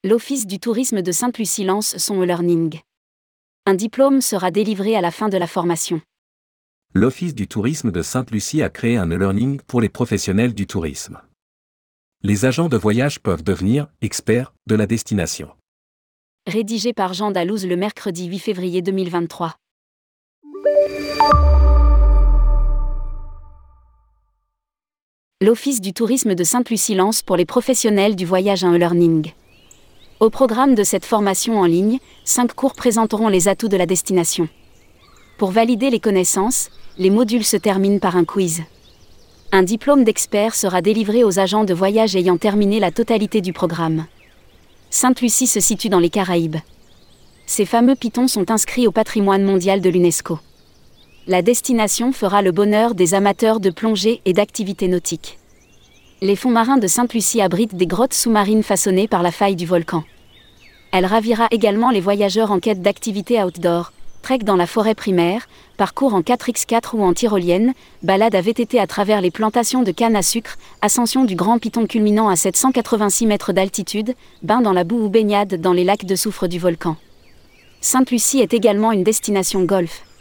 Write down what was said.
L'Office du tourisme de Sainte-Lucie lance son e-learning. Un diplôme sera délivré à la fin de la formation. L'Office du tourisme de Sainte-Lucie a créé un e-learning pour les professionnels du tourisme. Les agents de voyage peuvent devenir experts de la destination. Rédigé par Jean Dalouse le mercredi 8 février 2023. L'Office du tourisme de Sainte-Lucie lance pour les professionnels du voyage un e-learning. Au programme de cette formation en ligne, 5 cours présenteront les atouts de la destination. Pour valider les connaissances, les modules se terminent par un quiz. Un diplôme d'expert sera délivré aux agents de voyage ayant terminé la totalité du programme. Sainte-Lucie se situe dans les Caraïbes. Ces fameux pitons sont inscrits au patrimoine mondial de l'UNESCO. La destination fera le bonheur des amateurs de plongée et d'activités nautiques. Les fonds marins de Sainte-Lucie abritent des grottes sous-marines façonnées par la faille du volcan. Elle ravira également les voyageurs en quête d'activités outdoor, trek dans la forêt primaire, parcours en 4x4 ou en tyrolienne, balade à VTT à travers les plantations de canne à sucre, ascension du Grand Piton culminant à 786 mètres d'altitude, bain dans la boue ou baignade dans les lacs de soufre du volcan. Sainte-Lucie est également une destination golf.